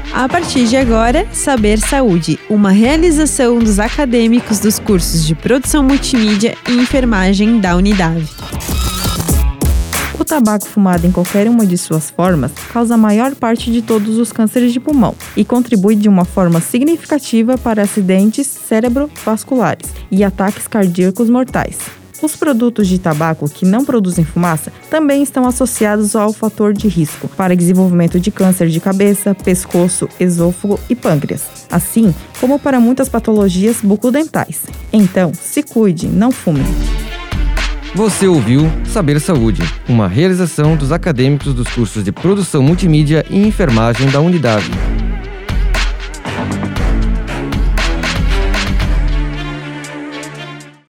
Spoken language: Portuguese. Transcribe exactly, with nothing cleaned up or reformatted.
A partir de agora, Saber Saúde, uma realização dos acadêmicos dos cursos de Produção Multimídia e Enfermagem da Unidade. O tabaco fumado em qualquer uma de suas formas causa a maior parte de todos os cânceres de pulmão e contribui de uma forma significativa para acidentes cerebrovasculares e ataques cardíacos mortais. Os produtos de tabaco que não produzem fumaça também estão associados ao fator de risco para desenvolvimento de câncer de cabeça, pescoço, esôfago e pâncreas, assim como para muitas patologias bucodentais. Então, se cuide, não fume. Você ouviu Saber Saúde, uma realização dos acadêmicos dos cursos de Produção Multimídia e Enfermagem da Unidade.